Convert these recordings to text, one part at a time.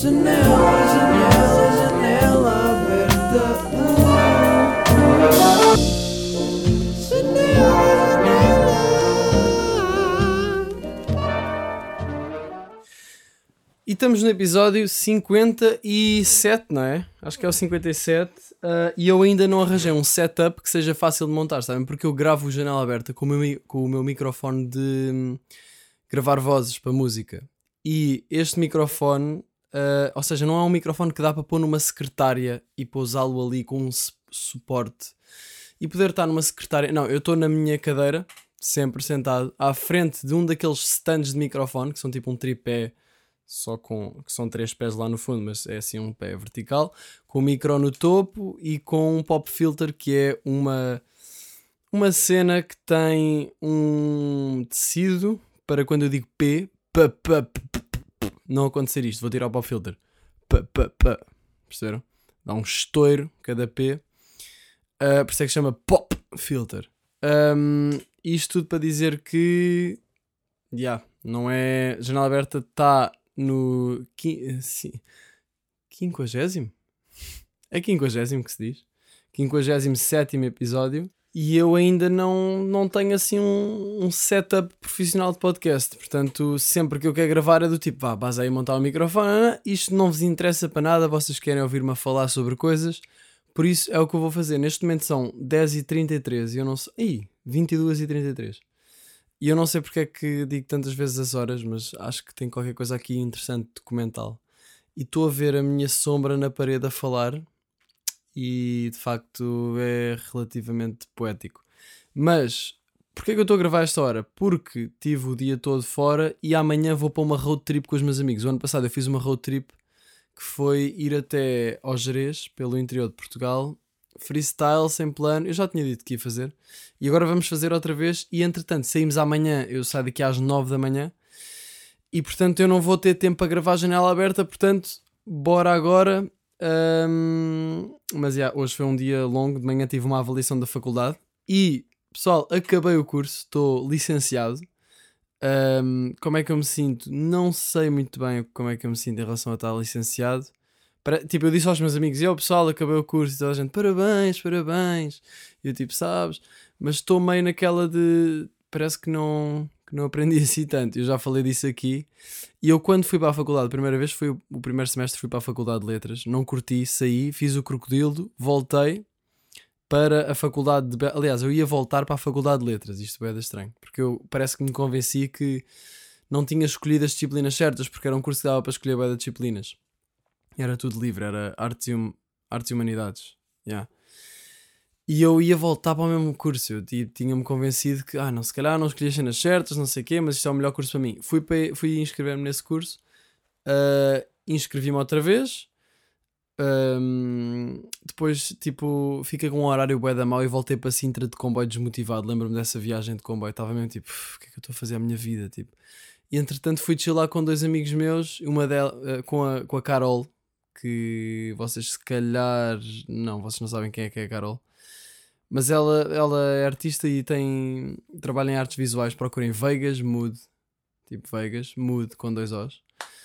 Janela, janela, janela aberta. E estamos no episódio 57, não é? Acho que é o 57. E eu ainda não arranjei um setup que seja fácil de montar, sabem? Porque eu gravo o Janela Aberta com o meu microfone de gravar vozes para música. E este microfone, ou seja, não é um microfone que dá para pôr numa secretária e pousá-lo ali com um suporte e poder estar numa secretária. Não, eu estou na minha cadeira, sempre sentado, à frente de um daqueles stands de microfone, que são tipo um tripé, só que são 3 pés lá no fundo, mas é assim um pé vertical, com o micro no topo e com um pop filter, que é uma cena que tem um tecido para quando eu digo P, não acontecer isto. Vou tirar o pop filter. Perceberam? Dá um estouro cada P. Por isso é que chama pop filter. Isto tudo para dizer que não é... Janela Aberta está no 50º? É 50º que se diz. 57º episódio. E eu ainda não tenho assim um setup profissional de podcast. Portanto, sempre que eu quero gravar é do tipo, vais aí montar o microfone. Isto não vos interessa para nada, vocês querem ouvir-me a falar sobre coisas. Por isso é o que eu vou fazer. Neste momento são 10h33 e eu não sei... 22h33. E eu não sei porque é que digo tantas vezes as horas, mas acho que tem qualquer coisa aqui interessante documental. E estou a ver a minha sombra na parede a falar e de facto é relativamente poético. Mas porquê é que eu estou a gravar esta hora? Porque tive o dia todo fora e amanhã vou para uma road trip com os meus amigos. O ano passado eu fiz uma road trip que foi ir até ao Gerês, pelo interior de Portugal, freestyle, sem plano. Eu já tinha dito que ia fazer e agora vamos fazer outra vez. E entretanto saímos amanhã, eu saio daqui às 9 da manhã e portanto eu não vou ter tempo para gravar a Janela Aberta. Portanto, bora agora. Mas hoje foi um dia longo. De manhã tive uma avaliação da faculdade e, pessoal, acabei o curso, estou licenciado. Como é que eu me sinto? Não sei muito bem como é que eu me sinto em relação a estar licenciado. Tipo, eu disse aos meus amigos, pessoal, acabei o curso, e toda a gente, parabéns. E eu tipo, sabes? Mas estou meio naquela de, parece que não aprendi assim tanto. Eu já falei disso aqui. E eu quando fui para a faculdade, a primeira vez, foi o primeiro semestre, fui para a faculdade de letras, não curti, saí, fiz o crocodilo, voltei para a faculdade de... Aliás, eu ia voltar para a faculdade de letras, isto é estranho, porque eu parece que me convenci que não tinha escolhido as disciplinas certas, porque era um curso que dava para escolher bué de disciplinas. Era tudo livre, era artes e humanidades. E eu ia voltar para o mesmo curso. Eu tinha-me convencido que, não, se calhar não escolhi as cenas certas, não sei o quê, mas isto é o melhor curso para mim. Fui inscrever-me nesse curso, inscrevi-me outra vez. Depois, tipo, fiquei com um horário bué da mau e voltei para Sintra de comboio desmotivado. Lembro-me dessa viagem de comboio, estava mesmo tipo, o que é que eu estou a fazer à minha vida? Tipo. E entretanto fui chilar com 2 amigos meus, uma delas, com a Carol, que vocês se calhar... Não, vocês não sabem quem é a Carol. Mas ela é artista e trabalha em artes visuais. Procurem Vegas Mood, tipo Vegas Mood com 2 Os.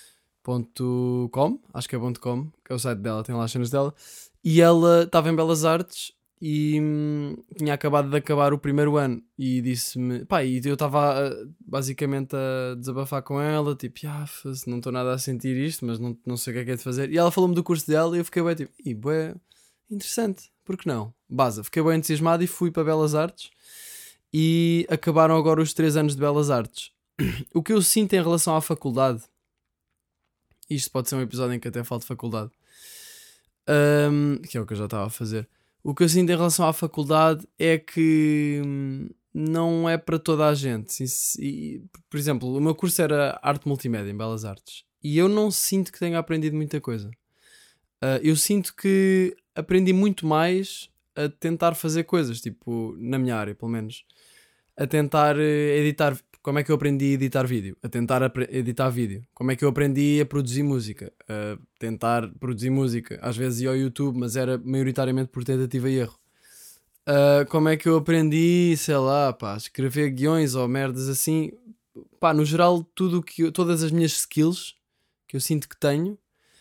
.com, acho que é .com, que é o site dela, tem lá as cenas dela. E ela estava em Belas Artes e tinha acabado de acabar o primeiro ano e disse-me, e eu estava basicamente a desabafar com ela, tipo, não estou nada a sentir isto, mas não sei o que é de fazer. E ela falou-me do curso dela e eu fiquei bem tipo, bué, interessante, por que não? Fiquei bem entusiasmado e fui para Belas Artes e acabaram agora os 3 anos de Belas Artes. O que eu sinto em relação à faculdade, isto pode ser um episódio em que até falo de faculdade, que é o que eu já estava a fazer. O que eu sinto em relação à faculdade é que não é para toda a gente. Por exemplo, o meu curso era Arte Multimédia em Belas Artes e eu não sinto que tenha aprendido muita coisa. Eu sinto que aprendi muito mais a tentar fazer coisas, tipo, na minha área, pelo menos. A tentar editar. Como é que eu aprendi a editar vídeo? A tentar editar vídeo. Como é que eu aprendi a produzir música? A tentar produzir música. Às vezes ia ao YouTube, mas era maioritariamente por tentativa e erro. Como é que eu aprendi, sei lá, escrever guiões ou merdas assim? No geral, todas as minhas skills que eu sinto que tenho,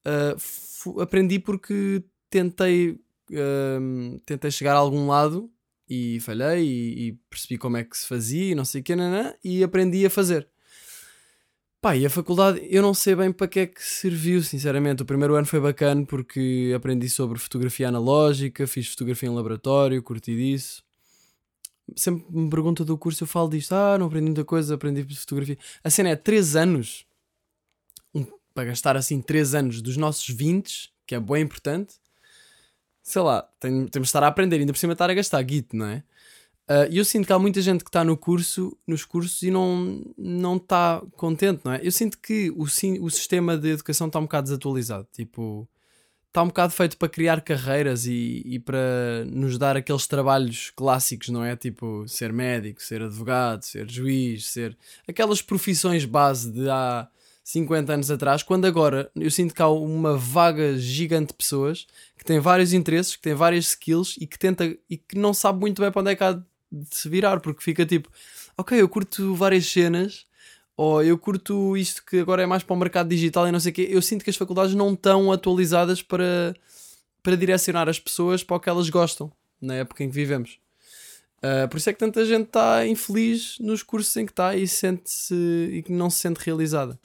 aprendi porque tentei chegar a algum lado e falhei e percebi como é que se fazia e não sei o que, e aprendi a fazer. Pá, e a faculdade eu não sei bem para que é que serviu, sinceramente. O primeiro ano foi bacana porque aprendi sobre fotografia analógica, fiz fotografia em laboratório, curti disso. Sempre me pergunta do curso, eu falo disto, não aprendi muita coisa, aprendi fotografia. A cena é 3 anos, para gastar assim 3 anos dos nossos 20, que é bem importante. Sei lá, temos de estar a aprender, ainda por cima estar a gastar guito, não é? E eu sinto que há muita gente que está nos cursos e não está contente, não é? Eu sinto que o sistema de educação está um bocado desatualizado. Tipo, está um bocado feito para criar carreiras e para nos dar aqueles trabalhos clássicos, não é? Tipo, ser médico, ser advogado, ser juiz, ser aquelas profissões base de há 50 anos atrás, quando agora eu sinto que há uma vaga gigante de pessoas que têm vários interesses, que têm várias skills e que tenta e que não sabe muito bem para onde é que há de se virar, porque fica tipo, ok, eu curto várias cenas, ou eu curto isto que agora é mais para o mercado digital e não sei o quê. Eu sinto que as faculdades não estão atualizadas para direcionar as pessoas para o que elas gostam na época em que vivemos. Por isso é que tanta gente está infeliz nos cursos em que está e que não se sente realizada.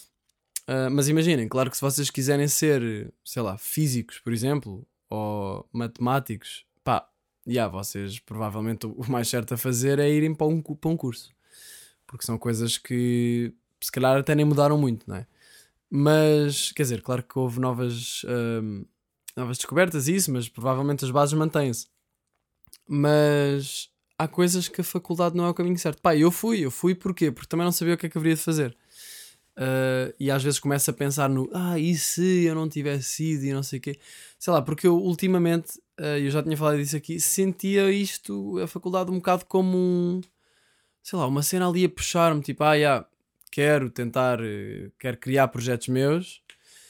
Mas imaginem, claro que se vocês quiserem ser, sei lá, físicos, por exemplo, ou matemáticos, pá, vocês provavelmente o mais certo a fazer é irem para um curso. Porque são coisas que se calhar até nem mudaram muito, não é? Mas, quer dizer, claro que houve novas descobertas e isso, mas provavelmente as bases mantêm-se. Mas há coisas que a faculdade não é o caminho certo. Pá, eu fui porquê? Porque também não sabia o que é que haveria de fazer. E às vezes começo a pensar no e se eu não tivesse ido e não sei o quê. Sei lá, porque eu ultimamente, eu já tinha falado disso aqui, sentia a faculdade um bocado como sei lá, uma cena ali a puxar-me, tipo, quero tentar, quero criar projetos meus,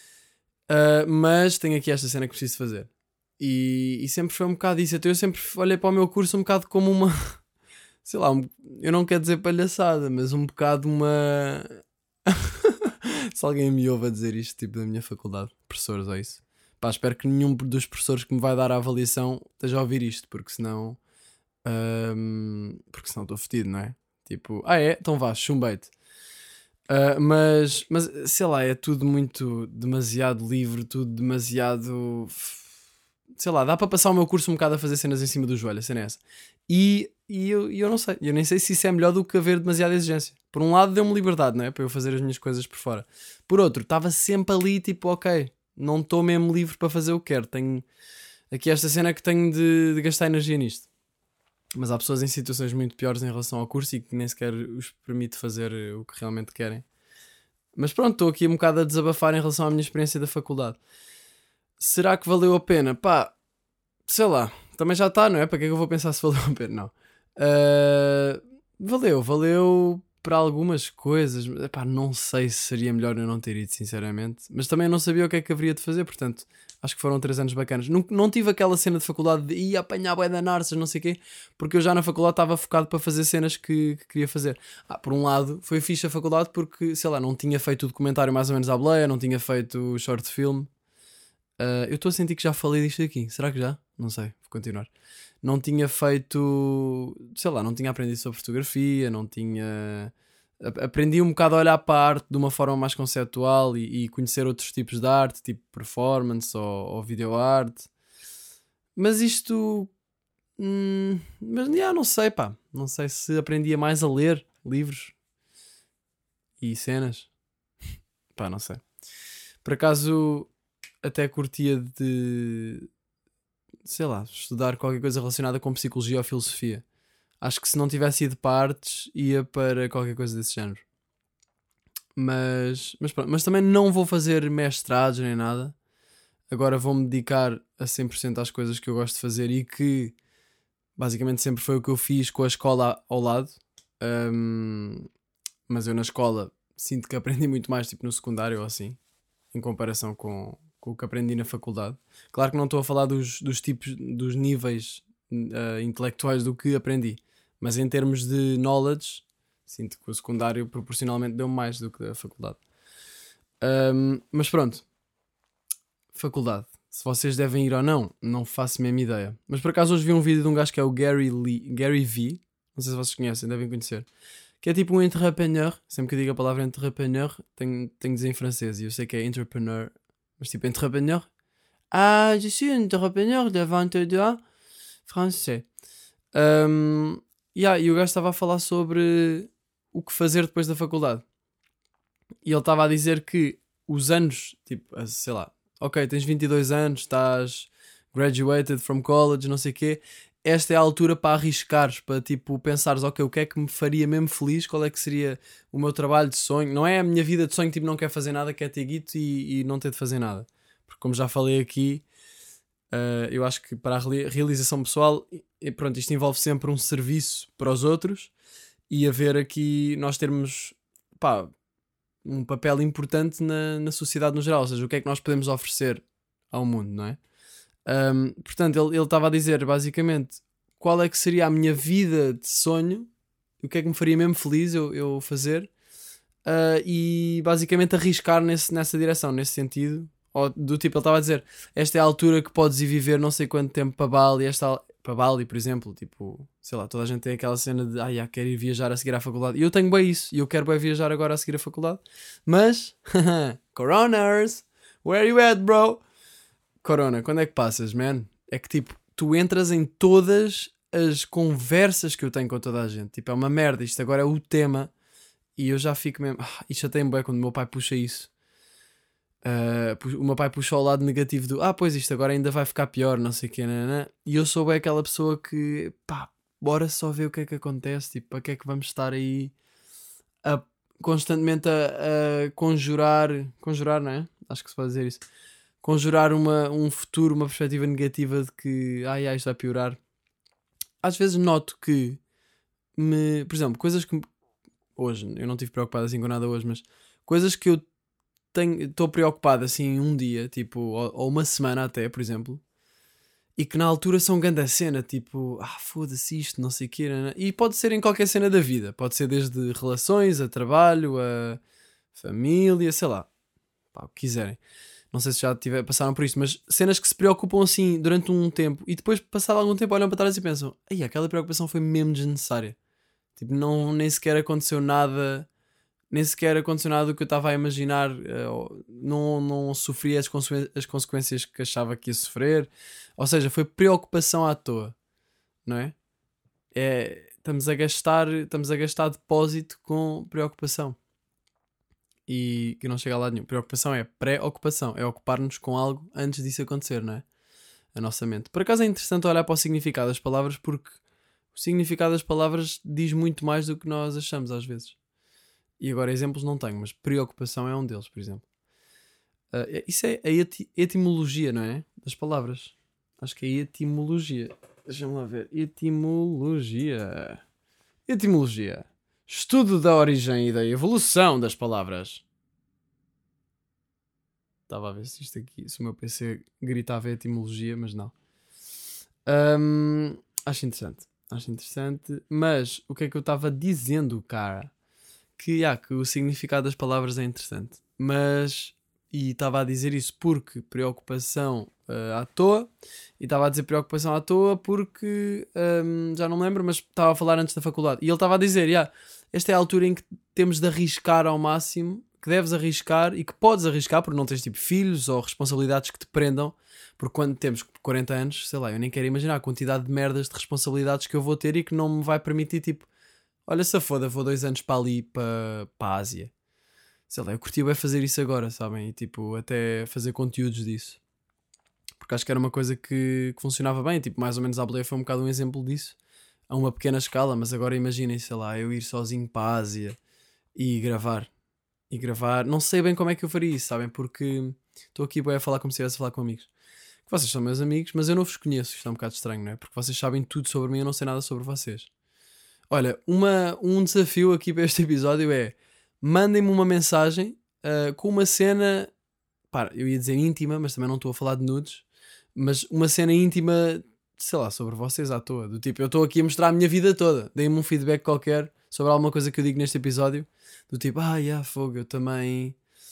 mas tenho aqui esta cena que preciso fazer. E sempre foi um bocado isso. Então eu sempre olhei para o meu curso um bocado como uma, sei lá, eu não quero dizer palhaçada, mas um bocado uma. Se alguém me ouve a dizer isto, tipo, da minha faculdade, professores ou isso, pá, espero que nenhum dos professores que me vai dar a avaliação esteja a ouvir isto, porque senão estou fedido, não é? Tipo, então vá, chumbei-te. Mas sei lá, é tudo muito demasiado livre, tudo demasiado. Sei lá, dá para passar o meu curso um bocado a fazer cenas em cima do joelho, a cena é essa. Eu não sei, eu nem sei se isso é melhor do que haver demasiada exigência. Por um lado, deu-me liberdade, não é? Para eu fazer as minhas coisas por fora. Por outro, estava sempre ali, tipo, ok, não estou mesmo livre para fazer o que quero. Tenho aqui esta cena que tenho de gastar energia nisto. Mas há pessoas em situações muito piores em relação ao curso e que nem sequer os permite fazer o que realmente querem. Mas pronto, estou aqui um bocado a desabafar em relação à minha experiência da faculdade. Será que valeu a pena? Pá, sei lá, também já está, não é? Para que é que eu vou pensar se valeu a pena? Não. Valeu para algumas coisas. Epá, não sei se seria melhor eu não ter ido, sinceramente. Mas também não sabia o que é que haveria de fazer, portanto, acho que foram 3 anos bacanas. Não tive aquela cena de faculdade de ir apanhar bué da narças, não sei o quê, porque eu já na faculdade estava focado para fazer cenas que queria fazer. Por um lado, foi fixe a faculdade porque, sei lá, não tinha feito o documentário mais ou menos à boleia, não tinha feito o short film. Eu estou a sentir que já falei disto aqui. Será que já? Não sei, vou continuar. Não tinha feito, sei lá, não tinha aprendido sobre fotografia, não tinha. Aprendi um bocado a olhar para a arte de uma forma mais conceptual e conhecer outros tipos de arte, tipo performance ou videoarte. Mas isto. Mas não sei, pá. Não sei se aprendia mais a ler livros e cenas. Pá, não sei. Por acaso, até curtia de, sei lá, estudar qualquer coisa relacionada com psicologia ou filosofia. Acho que se não tivesse ido para artes, ia para qualquer coisa desse género. Mas pronto, mas também não vou fazer mestrados nem nada. Agora vou-me dedicar a 100% às coisas que eu gosto de fazer e que basicamente sempre foi o que eu fiz com a escola ao lado. Mas eu na escola sinto que aprendi muito mais, tipo no secundário ou assim, em comparação com o que aprendi na faculdade. Claro que não estou a falar dos tipos, dos níveis intelectuais do que aprendi, mas em termos de knowledge, sinto que o secundário proporcionalmente deu mais do que a faculdade. Mas pronto, faculdade. Se vocês devem ir ou não, não faço a mesma ideia. Mas por acaso hoje vi um vídeo de um gajo que é o Gary V. Não sei se vocês conhecem, devem conhecer. Que é tipo um entrepreneur. Sempre que eu digo a palavra entrepreneur, tenho de dizer em francês. E eu sei que é entrepreneur. Mas tipo entrepreneur. Ah, je suis entrepreneur de 22 ans. Français. E o gajo estava a falar sobre o que fazer depois da faculdade. E ele estava a dizer que os anos, tipo, sei lá, ok, tens 22 anos, estás graduated from college, não sei o quê. Esta é a altura para arriscares, para tipo pensares, ok, o que é que me faria mesmo feliz, qual é que seria o meu trabalho de sonho. Não é a minha vida de sonho, tipo, não quer fazer nada, quer ter guito e não ter de fazer nada. Porque como já falei aqui, eu acho que para a realização pessoal, e pronto, isto envolve sempre um serviço para os outros e haver aqui, nós termos, pá, um papel importante na sociedade no geral, ou seja, o que é que nós podemos oferecer ao mundo, não é? Portanto, ele estava a dizer basicamente qual é que seria a minha vida de sonho, o que é que me faria mesmo feliz eu fazer, e basicamente arriscar nessa direção, nesse sentido. Ou do tipo, ele estava a dizer, esta é a altura que podes ir viver não sei quanto tempo para Bali, para Bali, por exemplo, tipo, sei lá, toda a gente tem aquela cena de quero ir viajar a seguir à faculdade. E eu tenho bem isso, e eu quero bem viajar agora a seguir à faculdade. Mas, coroners, where you at, bro? Corona, quando é que passas, man? É que tipo, tu entras em todas as conversas que eu tenho com toda a gente. Tipo, é uma merda, isto agora é o tema. E eu já fico mesmo, isto já tem bem quando o meu pai puxa isso. O meu pai puxa ao lado negativo do pois isto agora ainda vai ficar pior, não sei o que, e eu sou bem aquela pessoa que bora só ver o que é que acontece, tipo, para que é que vamos estar aí constantemente a conjurar, não é? Acho que se pode dizer isso, conjurar um futuro, uma perspectiva negativa de que isto vai piorar. Às vezes noto que por exemplo, coisas que hoje, eu não estive preocupado assim com nada hoje, mas coisas que eu estou preocupado assim um dia, tipo, ou uma semana até, por exemplo, e que na altura são grande a cena, tipo, foda-se isto, não sei o quê, e pode ser em qualquer cena da vida, pode ser desde relações, a trabalho, a família, sei lá, o que quiserem. Não sei se já passaram por isto, mas cenas que se preocupam assim durante um tempo e depois, passado algum tempo, olham para trás e pensam, aquela preocupação foi mesmo desnecessária. Tipo, nem sequer aconteceu nada. Nem sequer aconteceu nada do que eu estava a imaginar, não sofri as consequências que achava que ia sofrer, ou seja, foi preocupação à toa, não é? Estamos a gastar depósito com preocupação e que não chega a lado nenhum. Preocupação é pré-ocupação, é ocupar-nos com algo antes disso acontecer, não é? A nossa mente. Por acaso é interessante olhar para o significado das palavras, porque o significado das palavras diz muito mais do que nós achamos às vezes. E agora exemplos não tenho, mas preocupação é um deles, por exemplo. Isso é a etimologia, não é? Das palavras. Acho que é etimologia. Deixa-me lá ver. Etimologia. Estudo da origem e da evolução das palavras. Estava a ver se isto aqui, se o meu PC gritava etimologia, mas não. Acho interessante. Mas o que é que eu estava dizendo, cara? Que o significado das palavras é interessante, e estava a dizer isso porque preocupação à toa, e estava a dizer preocupação à toa porque já não me lembro, mas estava a falar antes da faculdade, e ele estava a dizer, esta é a altura em que temos de arriscar ao máximo, que deves arriscar e que podes arriscar porque não tens tipo filhos ou responsabilidades que te prendam, porque quando temos 40 anos, sei lá, eu nem quero imaginar a quantidade de merdas de responsabilidades que eu vou ter e que não me vai permitir tipo, olha, se foda, vou 2 anos para ali, para a Ásia. Sei lá, eu curti bem fazer isso agora, sabem? E tipo, até fazer conteúdos disso. Porque acho que era uma coisa que funcionava bem. Tipo, mais ou menos a Boleia foi um bocado um exemplo disso. A uma pequena escala, mas agora imaginem, sei lá, eu ir sozinho para a Ásia e gravar. Não sei bem como é que eu faria isso, sabem? Porque estou aqui bem a falar como se estivesse a falar com amigos. Que vocês são meus amigos, mas eu não vos conheço. Isto é um bocado estranho, não é? Porque vocês sabem tudo sobre mim e eu não sei nada sobre vocês. Olha, um desafio aqui para este episódio é mandem-me uma mensagem com uma cena, eu ia dizer íntima, mas também não estou a falar de nudes, mas uma cena íntima, sei lá, sobre vocês à toa, do tipo, eu estou aqui a mostrar a minha vida toda, deem-me um feedback qualquer sobre alguma coisa que eu digo neste episódio, do tipo, fogo,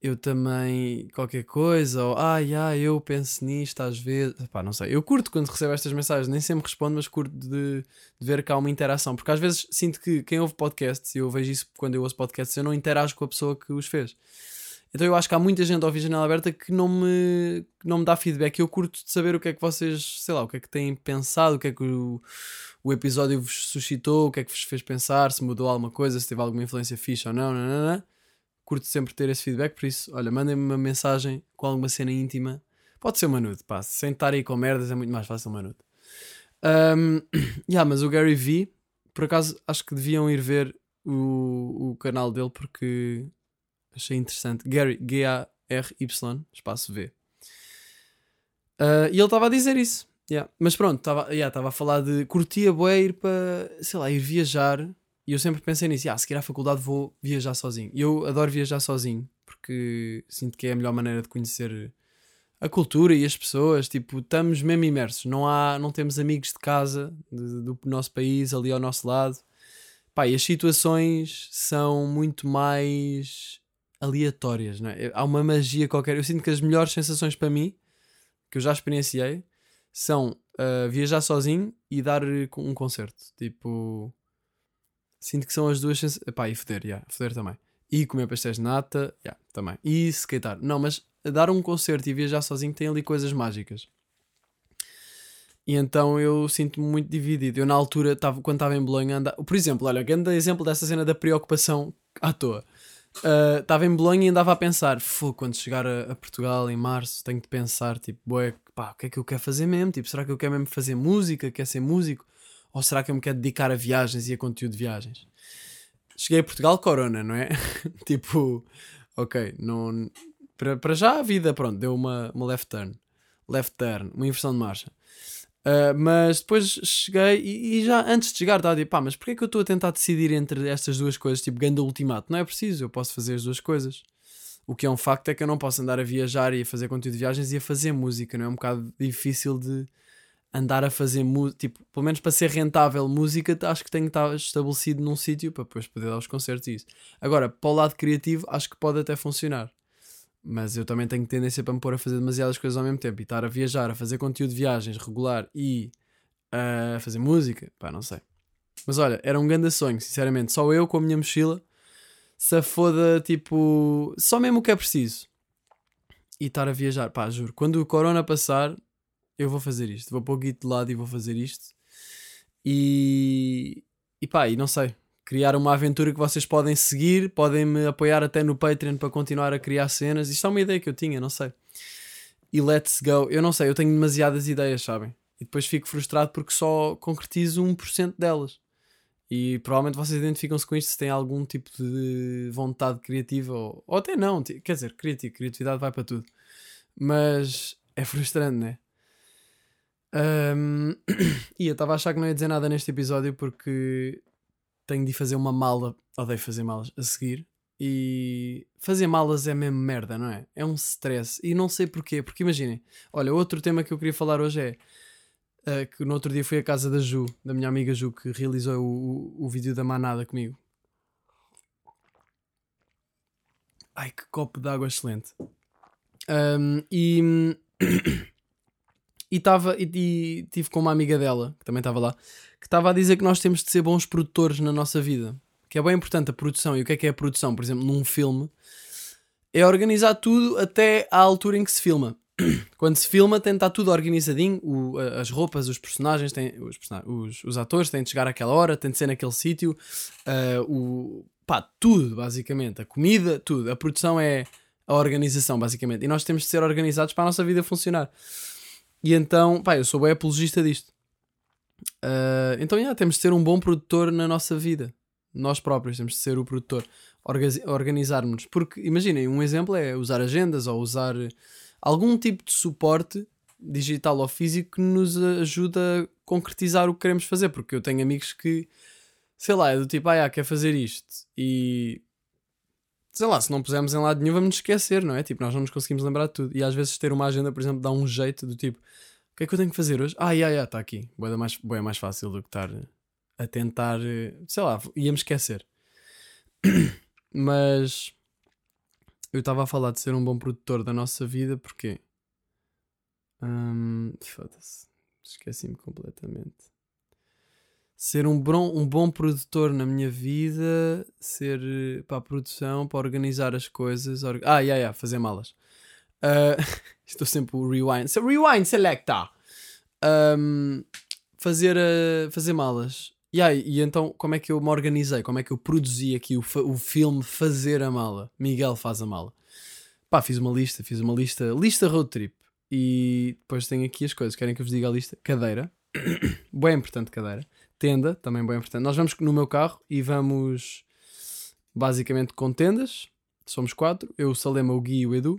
eu também qualquer coisa, ou eu penso nisto às vezes. Pá, não sei. Eu curto quando recebo estas mensagens, nem sempre respondo, mas curto de ver que há uma interação, porque às vezes sinto que quem ouve podcasts, e eu vejo isso quando eu ouço podcasts, eu não interajo com a pessoa que os fez. Então eu acho que há muita gente a ouvir Janela Aberta que não me dá feedback. Eu curto de saber o que é que vocês, sei lá, o que é que têm pensado, o que é que o episódio vos suscitou, o que é que vos fez pensar, se mudou alguma coisa, se teve alguma influência fixe ou não, não, não, não. Curto sempre ter esse feedback, por isso, olha, mandem-me uma mensagem com alguma cena íntima. Pode ser uma nude, pá, sem estar aí com merdas é muito mais fácil uma nude. Mas o Gary V, por acaso, acho que deviam ir ver o canal dele porque achei interessante. Gary, G-A-R-Y, espaço V. E ele estava a dizer isso. Yeah. Mas pronto, estava a falar de curtia bué ir para, sei lá, ir viajar. E eu sempre pensei nisso. Se ir à faculdade vou viajar sozinho. E eu adoro viajar sozinho. Porque sinto que é a melhor maneira de conhecer a cultura e as pessoas. Tipo, estamos mesmo imersos. Não temos amigos de casa do nosso país ali ao nosso lado. Pá, e as situações são muito mais aleatórias, não é? Há uma magia qualquer. Eu sinto que as melhores sensações para mim, que eu já experienciei, são viajar sozinho e dar um concerto. Tipo, sinto que são as duas sensações. Pá, e foder também. E comer pastéis de nata, também. E skatear. Não, mas dar um concerto e viajar sozinho tem ali coisas mágicas. E então eu sinto-me muito dividido. Eu na altura, quando estava em Bolonha, por exemplo, olha, grande exemplo dessa cena da preocupação à toa. Estava em Bolonha e andava a pensar, quando chegar a Portugal em março, tenho de pensar, tipo, o que é que eu quero fazer mesmo? Tipo, será que eu quero mesmo fazer música? Quero ser músico? Ou será que eu me quero dedicar a viagens e a conteúdo de viagens? Cheguei a Portugal, corona, não é? Tipo, ok, não... Para já a vida, pronto, deu uma left turn, uma inversão de marcha. Mas depois cheguei e já antes de chegar estava a dizer, mas porquê é que eu estou a tentar decidir entre estas duas coisas, tipo ganda ultimato? Não é preciso, eu posso fazer as duas coisas. O que é um facto é que eu não posso andar a viajar e a fazer conteúdo de viagens e a fazer música, não é? Um bocado difícil de andar a fazer música, tipo, pelo menos para ser rentável música, acho que tenho que estar estabelecido num sítio para depois poder dar os concertos e isso. Agora, para o lado criativo, acho que pode até funcionar. Mas eu também tenho tendência para me pôr a fazer demasiadas coisas ao mesmo tempo e estar a viajar, a fazer conteúdo de viagens regular e a fazer música, não sei. Mas olha, era um grande sonho, sinceramente. Só eu com a minha mochila, se foda, tipo, só mesmo o que é preciso. E estar a viajar, juro. Quando o corona passar, eu vou fazer isto. Vou pôr o guito de lado e vou fazer isto. E não sei. Criar uma aventura que vocês podem seguir, podem me apoiar até no Patreon para continuar a criar cenas. Isto é uma ideia que eu tinha, não sei. E let's go. Eu não sei, eu tenho demasiadas ideias, sabem? E depois fico frustrado porque só concretizo 1% delas. E provavelmente vocês identificam-se com isto se têm algum tipo de vontade criativa ou até não. Quer dizer, criatividade vai para tudo. Mas é frustrante, não é? E eu estava a achar que não ia dizer nada neste episódio porque tenho de fazer uma mala. Odeio fazer malas a seguir. E fazer malas é mesmo merda, não é? É um stress. E não sei porquê. Porque imaginem, olha, outro tema que eu queria falar hoje é que no outro dia fui à casa da Ju, da minha amiga Ju, que realizou o vídeo da manada comigo. Ai, que copo de água excelente. E tive com uma amiga dela, que também estava lá, que estava a dizer que nós temos de ser bons produtores na nossa vida. Que é bem importante a produção. E o que é a produção? Por exemplo, num filme, é organizar tudo até à altura em que se filma. Quando se filma tem de estar tudo organizadinho, as roupas, os personagens, os atores têm de chegar àquela hora, têm de ser naquele sítio, tudo basicamente, a comida, tudo. A produção é a organização basicamente, e nós temos de ser organizados para a nossa vida funcionar. E então, eu sou bem apologista disto. Então temos de ser um bom produtor na nossa vida. Nós próprios temos de ser o produtor, organizarmos-nos, porque imaginem, um exemplo é usar agendas ou usar algum tipo de suporte digital ou físico que nos ajuda a concretizar o que queremos fazer, porque eu tenho amigos que, sei lá, é do tipo, quer fazer isto e, sei lá, se não pusermos em lado nenhum vamos nos esquecer, não é? Tipo, nós não nos conseguimos lembrar de tudo. E às vezes ter uma agenda, por exemplo, dá um jeito do tipo, o que é que eu tenho que fazer hoje? Está aqui. Bué mais fácil do que estar a tentar, sei lá, ia-me esquecer. Mas eu estava a falar de ser um bom produtor da nossa vida, porque foda-se, esqueci-me completamente. Ser um bom produtor na minha vida, ser para a produção, para organizar as coisas. Fazer malas. Ah, estou sempre o rewind. Rewind selecta! Fazer malas. E então, como é que eu me organizei? Como é que eu produzi aqui o filme Fazer a Mala? Miguel faz a mala. Pá, fiz uma lista road trip. E depois tenho aqui as coisas. Querem que eu vos diga a lista? Cadeira. Bem importante cadeira. Tenda, também bem importante. Nós vamos no meu carro e vamos basicamente com tendas. Somos 4. Eu, o Salema, o Gui e o Edu.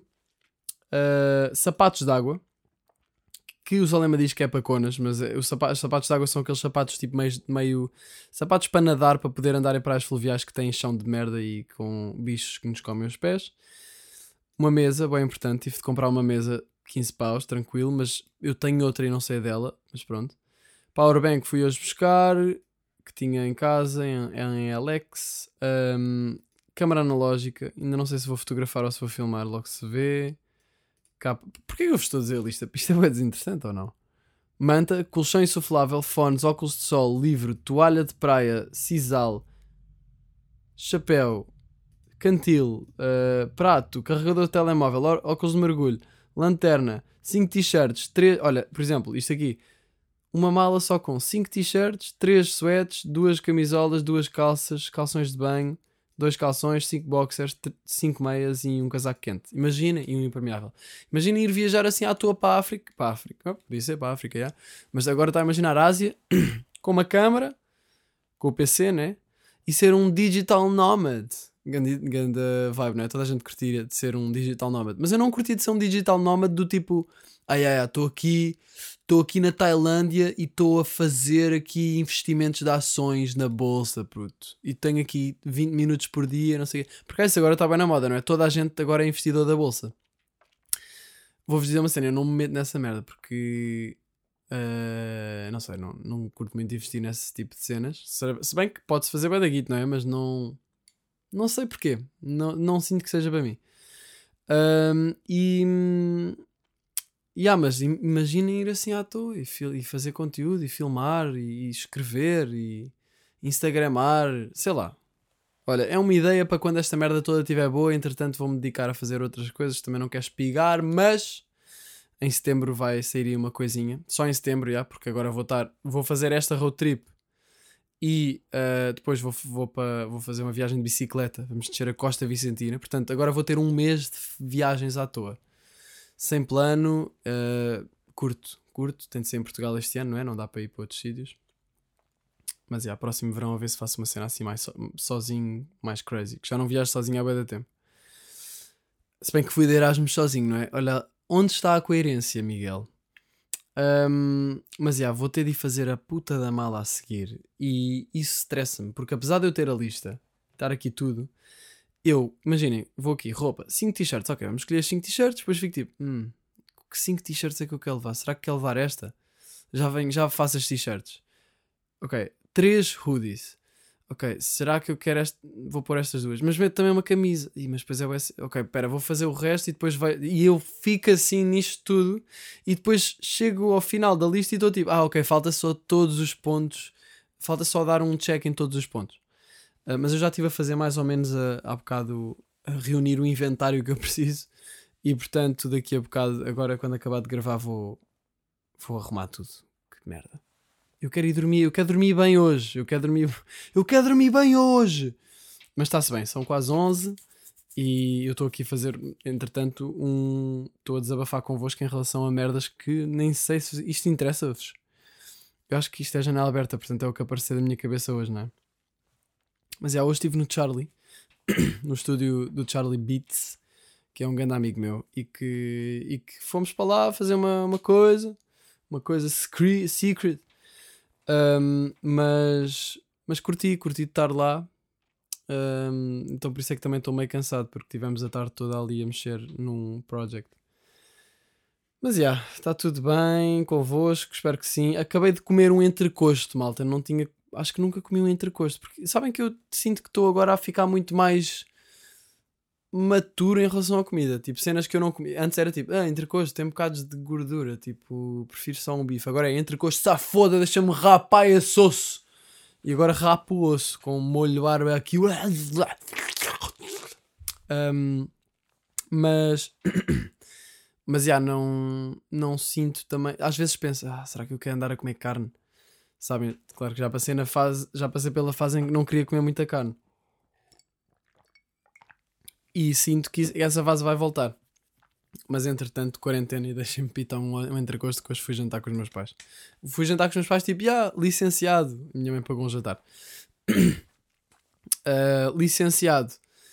Sapatos de água. Que o Salema diz que é para conas, mas os sapatos de água são aqueles sapatos tipo meio sapatos para nadar, para poder andar em praias fluviais que têm chão de merda e com bichos que nos comem os pés. Uma mesa, bem importante. Tive de comprar uma mesa 15 paus, tranquilo, mas eu tenho outra e não sei dela, mas pronto. Powerbank fui hoje buscar, que tinha em casa, em Alex. Câmara analógica, ainda não sei se vou fotografar ou se vou filmar, logo se vê. Porquê que eu vos estou a dizer a lista? Isto é bem desinteressante ou não? Manta, colchão insuflável, fones, óculos de sol, livro, toalha de praia, sisal, chapéu, cantil, prato, carregador de telemóvel, óculos de mergulho, lanterna, 5 t-shirts, 3... Olha, por exemplo, isto aqui. Uma mala só com 5 t-shirts, 3 sweats, 2 camisolas, 2 calças, calções de banho, 2 calções, 5 boxers, 5 meias e um casaco quente. Imagina, e um impermeável. Imagina ir viajar assim à toa para a África. Para a África, podia ser para a África, já. Mas agora está a imaginar a Ásia com uma câmara, com o PC, né? E ser um digital nomad. Ganda vibe, não é? Toda a gente curtia de ser um digital nomad. Mas eu não curtia de ser um digital nomad do tipo... Estou aqui na Tailândia e estou a fazer aqui investimentos de ações na bolsa, puto. E tenho aqui 20 minutos por dia, não sei o quê. Porque isso agora está bem na moda, não é? Toda a gente agora é investidor da bolsa. Vou-vos dizer uma cena, eu não me meto nessa merda porque... não sei, não curto muito investir nesse tipo de cenas. Se bem que pode-se fazer bem da guito, não é? Mas não sei porquê. Não sinto que seja para mim. Mas imaginem ir assim à toa e fazer conteúdo e filmar e escrever e instagramar, sei lá. Olha, é uma ideia para quando esta merda toda estiver boa. Entretanto vou-me dedicar a fazer outras coisas. Também não quero espigar, mas em setembro vai sair aí uma coisinha. Só em setembro, porque agora vou fazer esta road trip e depois vou fazer uma viagem de bicicleta. Vamos descer a Costa Vicentina. Portanto, agora vou ter um mês de viagens à toa. Sem plano, curto. Tem de ser em Portugal este ano, não é? Não dá para ir para outros sítios. Mas próximo verão a ver se faço uma cena assim mais sozinho, mais crazy. Que já não viajo sozinho há bué de tempo. Se bem que fui de Erasmus sozinho, não é? Olha, onde está a coerência, Miguel? Mas vou ter de ir fazer a puta da mala a seguir. E isso estressa-me, porque apesar de eu ter a lista, estar aqui tudo... imaginem, vou aqui, roupa, 5 t-shirts, ok, vamos escolher 5 t-shirts, depois fico tipo, que 5 t-shirts é que eu quero levar? Será que quero levar esta? Já faço as t-shirts. Ok, 3 hoodies. Ok, será que eu quero vou pôr estas duas, mas meto também uma camisa. Mas depois ok, pera, vou fazer o resto e depois e eu fico assim nisto tudo e depois chego ao final da lista e estou tipo, ok, falta só todos os pontos, falta só dar um check em todos os pontos. Mas eu já estive a fazer mais ou menos há bocado a reunir o inventário que eu preciso e portanto daqui a bocado, agora quando acabar de gravar vou arrumar tudo. Que merda. Eu quero ir dormir, eu quero dormir bem hoje. Eu quero dormir bem hoje. Mas está-se bem, são quase 11 e eu estou aqui a fazer, entretanto, estou a desabafar convosco em relação a merdas que nem sei se isto interessa-vos. Eu acho que isto é janela aberta, portanto é o que aparecer da minha cabeça hoje, não é? Mas hoje estive no Charlie, no estúdio do Charlie Beats, que é um grande amigo meu, e que fomos para lá fazer uma coisa secret. Mas curti de estar lá. Então por isso é que também estou meio cansado, porque tivemos a tarde toda ali a mexer num project. Mas está tudo bem convosco, espero que sim. Acabei de comer um entrecosto, malta. Acho que nunca comi um entrecosto, porque sabem que eu sinto que estou agora a ficar muito mais maturo em relação à comida. Tipo, cenas que eu não comia. Antes era tipo, entrecosto, tem bocados de gordura. Tipo, prefiro só um bife. Agora é entrecosto, está foda, deixa-me rapar esse osso. E agora rapo o osso com molho barbecue. Mas, mas já, não sinto também. Às vezes penso, será que eu quero andar a comer carne? Sabem? Claro que já passei pela fase em que não queria comer muita carne. E sinto que essa fase vai voltar. Mas entretanto, quarentena, e deixem-me pitar um entrecosto que hoje fui jantar com os meus pais. Fui jantar com os meus pais, tipo, licenciado. Minha mãe pagou um jantar. Licenciado.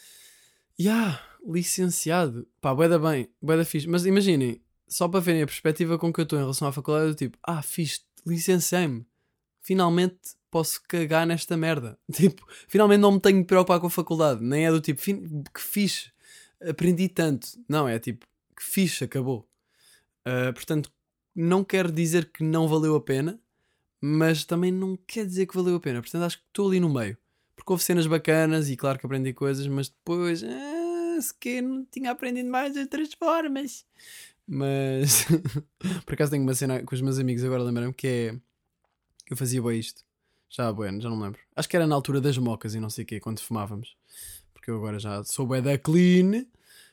Licenciado. Pá, bué da bem, bué da fixe. Mas imaginem, só para verem a perspectiva com que eu estou em relação à faculdade, eu tipo, fixe, licenciei-me. Finalmente posso cagar nesta merda. Tipo, finalmente não me tenho de preocupar com a faculdade. Nem é do tipo, que fixe, aprendi tanto. Não, é tipo, que fixe, acabou. Portanto, não quero dizer que não valeu a pena, mas também não quer dizer que valeu a pena. Portanto, acho que estou ali no meio. Porque houve cenas bacanas e claro que aprendi coisas, mas depois, se que não tinha aprendido mais de outras formas. Mas, por acaso tenho uma cena com os meus amigos, agora lembro-me que é, eu fazia bem isto. Já não me lembro. Acho que era na altura das mocas e não sei o quê, quando fumávamos. Porque eu agora já sou bué da clean.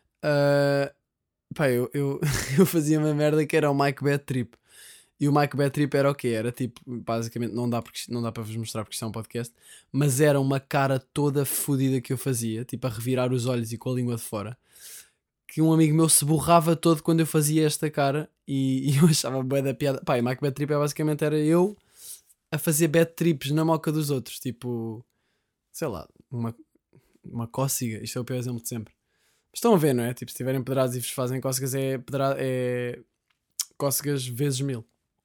Pá, eu eu fazia uma merda que era o Mike Bad Trip. E o Mike Bad Trip era o quê? Era tipo, basicamente, não dá para vos mostrar porque isto é um podcast, mas era uma cara toda fodida que eu fazia, tipo a revirar os olhos e com a língua de fora. Que um amigo meu se borrava todo quando eu fazia esta cara e eu achava bué da piada. Pá, e Mike Bad Trip basicamente era eu a fazer bad trips na moca dos outros, tipo, sei lá, uma cócega. Isto é o pior exemplo de sempre. Mas estão a ver, não é? Tipo, se estiverem pedrados e vos fazem cócegas, é cócegas vezes 1000.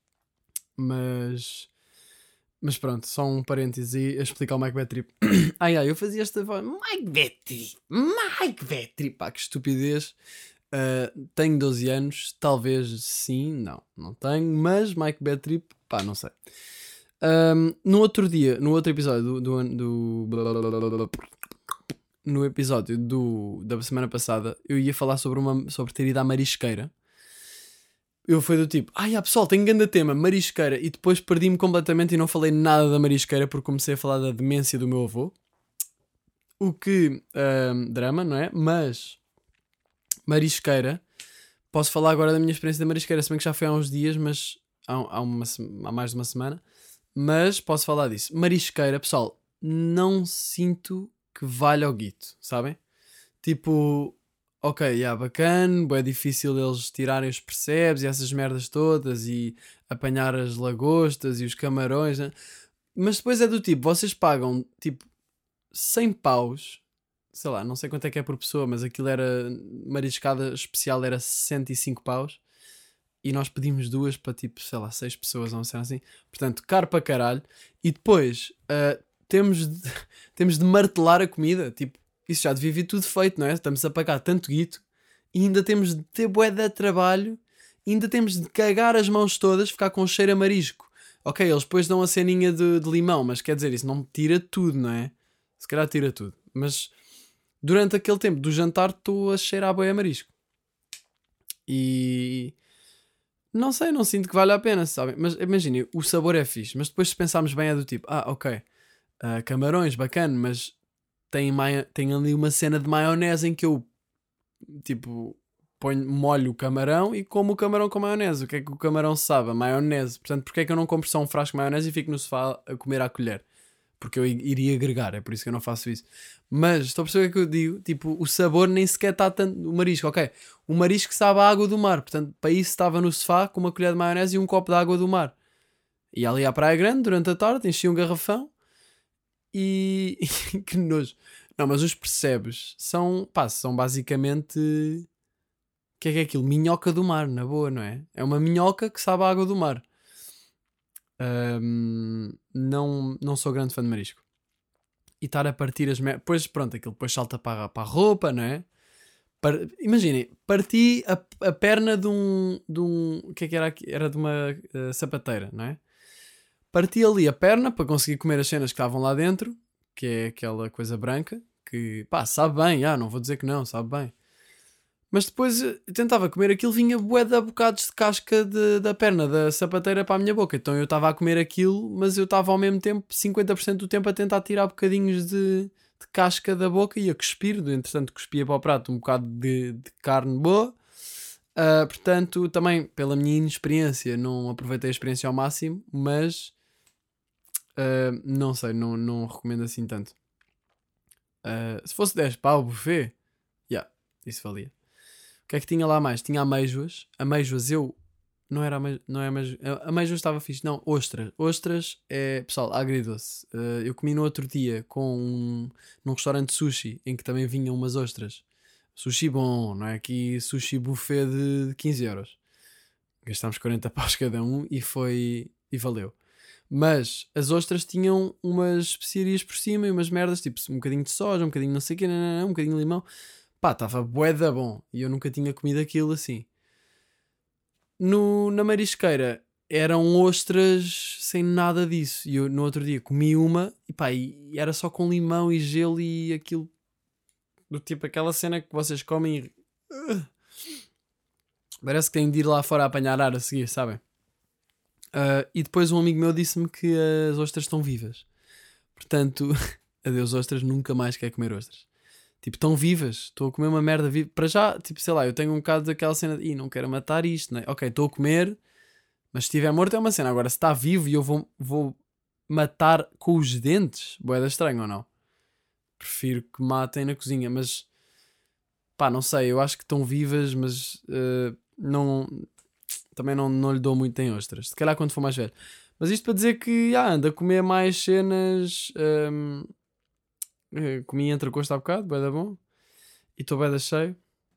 Mas pronto, só um parêntese a explicar o Mike Bad Trip. Eu fazia esta voz, Mike Bad Trip, pá, que estupidez. Tenho 12 anos, talvez sim, não tenho, mas Mike Bad Trip, pá, não sei. No outro episódio no episódio da semana passada, eu ia falar sobre ter ido à marisqueira. Eu fui do tipo, pessoal, tenho um grande tema, marisqueira, e depois perdi-me completamente e não falei nada da marisqueira porque comecei a falar da demência do meu avô. O que, drama, não é? Mas, marisqueira, posso falar agora da minha experiência da marisqueira, se bem que já foi há uns dias, mas há mais de uma semana, mas posso falar disso. Marisqueira, pessoal, não sinto que valha o guito, sabem? Tipo, ok, bacana, é difícil eles tirarem os percebes e essas merdas todas e apanhar as lagostas e os camarões, né? Mas depois é do tipo, vocês pagam tipo 100 paus, sei lá, não sei quanto é que é por pessoa, mas aquilo era, mariscada especial era 65 paus e nós pedimos duas para tipo, sei lá, 6 pessoas ou não sei assim, portanto, caro para caralho. E depois temos de martelar a comida, tipo, isso já devia vir tudo feito, não é? Estamos a pagar tanto guito e ainda temos de ter bué de trabalho, ainda temos de cagar as mãos todas, ficar com cheiro a marisco. Ok, eles depois dão a ceninha de limão, mas quer dizer, isso não tira tudo, não é? Se calhar tira tudo. Mas durante aquele tempo do jantar estou a cheirar bué a marisco. E não sei, não sinto que vale a pena, sabem? Mas imagine, o sabor é fixe, mas depois se pensarmos bem é do tipo, ok, camarões, bacana, mas tem ali uma cena de maionese em que eu tipo molho o camarão e como o camarão com maionese. O que é que o camarão sabe? A maionese. Portanto, porque é que eu não compro só um frasco de maionese e fico no sofá a comer à colher? Porque eu iria agregar, é por isso que eu não faço isso. Mas estou a perceber o que eu digo, tipo, o sabor nem sequer está tanto. O marisco, ok, o marisco sabe a água do mar, portanto, para isso estava no sofá com uma colher de maionese e um copo de água do mar. E ali à Praia Grande durante a tarde, enchi um garrafão e que nojo. Não, mas os percebes são basicamente. O que é aquilo? Minhoca do mar, na boa, não é? É uma minhoca que sabe a água do mar. Não sou grande fã de marisco. E estar a partir as Pois pronto, aquilo depois salta para a roupa, não é? Imaginem, parti a perna de um. O que é que era aqui? Era de uma sapateira, não é? Parti ali a perna para conseguir comer as cenas que estavam lá dentro, que é aquela coisa branca, que, pá, sabe bem, não vou dizer que não, sabe bem. Mas depois eu tentava comer aquilo, vinha bué de bocados de casca da perna da sapateira para a minha boca. Então eu estava a comer aquilo, mas eu estava ao mesmo tempo, 50% do tempo, a tentar tirar bocadinhos de casca da boca e a cuspir. Entretanto, cuspia para o prato um bocado de carne boa. Portanto, também pela minha inexperiência, não aproveitei a experiência ao máximo, mas não sei, não recomendo assim tanto. Se fosse 10 pau, buffet, isso valia. O que é que tinha lá mais? Tinha amêijoas. Amêijoas eu... Não era amêijoas... Não é amêijoas... Amêijoas estava fixe. Não, ostras. Ostras é, pessoal, agridoce. Eu comi no outro dia num restaurante de sushi, em que também vinham umas ostras. Sushi bom, não é? Aqui sushi buffet de 15 euros. Gastámos 40 paus cada um e valeu. Mas as ostras tinham umas especiarias por cima e umas merdas, tipo um bocadinho de soja, um bocadinho não sei o quê, um bocadinho de limão. Pá, estava bué da bom. E eu nunca tinha comido aquilo assim. Na marisqueira eram ostras sem nada disso. E eu no outro dia comi uma e pá, e era só com limão e gelo e aquilo. Do tipo aquela cena que vocês comem e... Parece que têm de ir lá fora a apanhar ar a seguir, sabem? E depois um amigo meu disse-me que as ostras estão vivas. Portanto, adeus ostras, nunca mais quero comer ostras. Tipo, estão vivas. Estou a comer uma merda viva. Para já, tipo, sei lá, eu tenho um bocado daquela cena de não quero matar isto, né? Ok, estou a comer, mas se estiver morto é uma cena. Agora, se está vivo e eu vou matar com os dentes, boeda estranho ou não? Prefiro que matem na cozinha, mas pá, não sei, eu acho que estão vivas, mas não, também não lhe dou muito em ostras. Se calhar quando for mais velho. Mas isto para dizer que anda a comer mais cenas. Comi entrecosto há bocado, bué da bom. E estou bué da cheio.